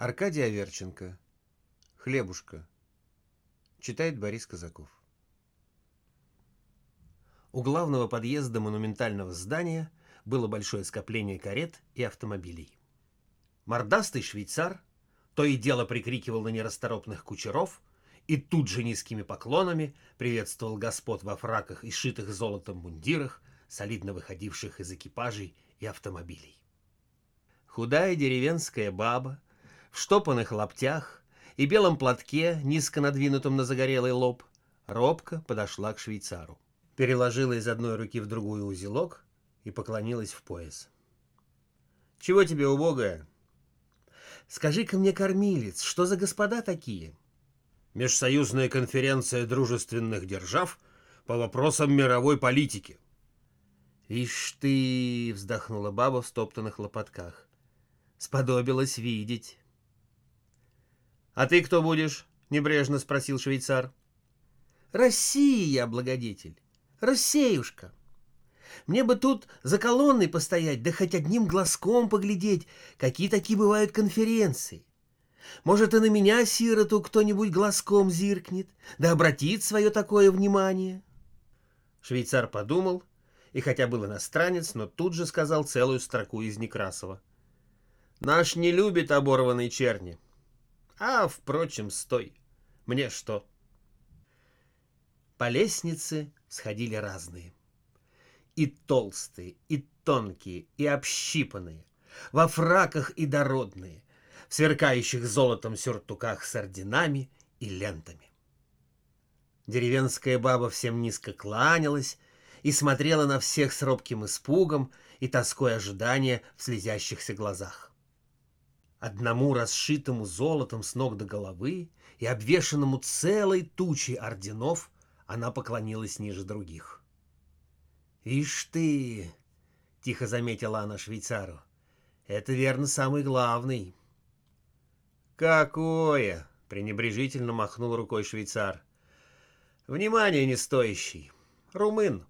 Аркадий Аверченко. Хлебушка. Читает Борис Казаков. У главного подъезда монументального здания было большое скопление карет и автомобилей. Мордастый швейцар то и дело прикрикивал на нерасторопных кучеров и тут же низкими поклонами приветствовал господ во фраках и шитых золотом мундирах, солидно выходивших из экипажей и автомобилей. Худая деревенская баба в штопанных лаптях и белом платке, низко надвинутом на загорелый лоб, робко подошла к швейцару, переложила из одной руки в другую узелок и поклонилась в пояс. «Чего тебе, убогая?» «Скажи-ка мне, кормилец, что за господа такие?» «Межсоюзная конференция дружественных держав по вопросам мировой политики». «Ишь ты!» — вздохнула баба в стоптанных лопатках. «Сподобилось видеть». «А ты кто будешь?» — небрежно спросил швейцар. «Россия, благодетель, Россеюшка. Мне бы тут за колонной постоять, да хоть одним глазком поглядеть, какие такие бывают конференции. Может, и на меня, сироту, кто-нибудь глазком зиркнет, да обратит свое такое внимание». Швейцар подумал, и хотя был иностранец, но тут же сказал целую строку из Некрасова. «Наш не любит оборванной черни. А, впрочем, стой. Мне что?» По лестнице сходили разные. И толстые, и тонкие, и общипанные, во фраках и дородные, в сверкающих золотом сюртуках с орденами и лентами. Деревенская баба всем низко кланялась и смотрела на всех с робким испугом и тоской ожидания в слезящихся глазах. Одному расшитому золотом с ног до головы и обвешанному целой тучей орденов она поклонилась ниже других. «Ишь ты!» — тихо заметила она швейцару. «Это, верно, самый главный». «Какое!» — пренебрежительно махнул рукой швейцар. «Внимание не стоящий. Румын».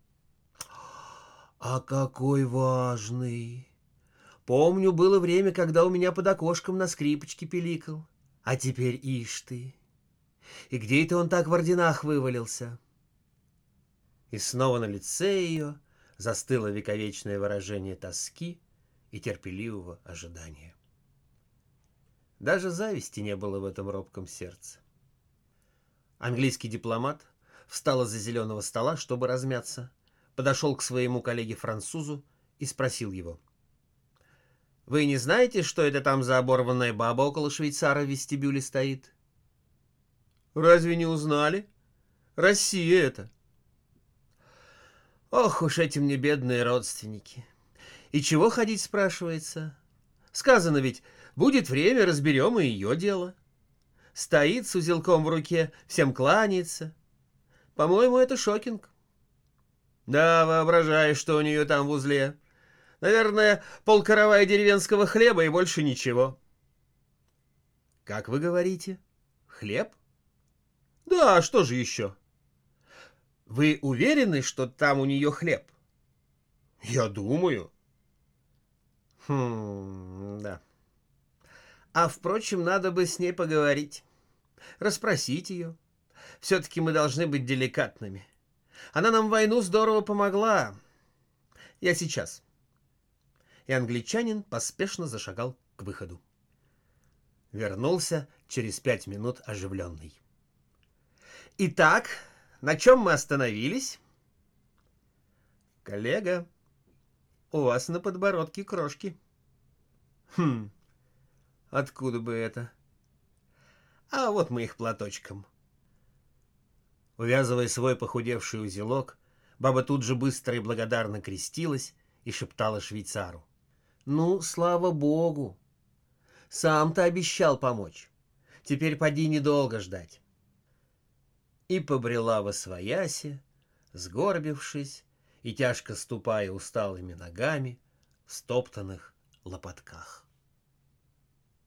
«А какой важный! Помню, было время, когда у меня под окошком на скрипочке пиликал. А теперь ишь ты! И где это он так в орденах вывалился?» И снова на лице ее застыло вековечное выражение тоски и терпеливого ожидания. Даже зависти не было в этом робком сердце. Английский дипломат встал из-за зеленого стола, чтобы размяться, подошел к своему коллеге-французу и спросил его. «Вы не знаете, что это там за оборванная баба около швейцара в вестибюле стоит?» «Разве не узнали? Россия это!» «Ох уж эти мне бедные родственники! И чего ходить, спрашивается? Сказано ведь, будет время, разберем и ее дело. Стоит с узелком в руке, всем кланяется. По-моему, это шокинг». «Да, воображаю, что у нее там в узле. Наверное, полкоровая деревенского хлеба и больше ничего». «Как вы говорите? Хлеб?» «Да, что же еще?» «Вы уверены, что там у нее хлеб?» «Я думаю». Да. А, впрочем, надо бы с ней поговорить. Расспросить ее. Все-таки мы должны быть деликатными. Она нам в войну здорово помогла. Я сейчас». И англичанин поспешно зашагал к выходу. Вернулся через 5 минут оживленный. «Итак, на чем мы остановились?» «Коллега, у вас на подбородке крошки». Откуда бы это?» «А вот мы их платочком». Увязывая свой похудевший узелок, баба тут же быстро и благодарно крестилась и шептала швейцару. «Ну, слава богу! Сам-то обещал помочь. Теперь поди недолго ждать». И побрела восвояси, сгорбившись и тяжко ступая усталыми ногами в стоптанных лопатках.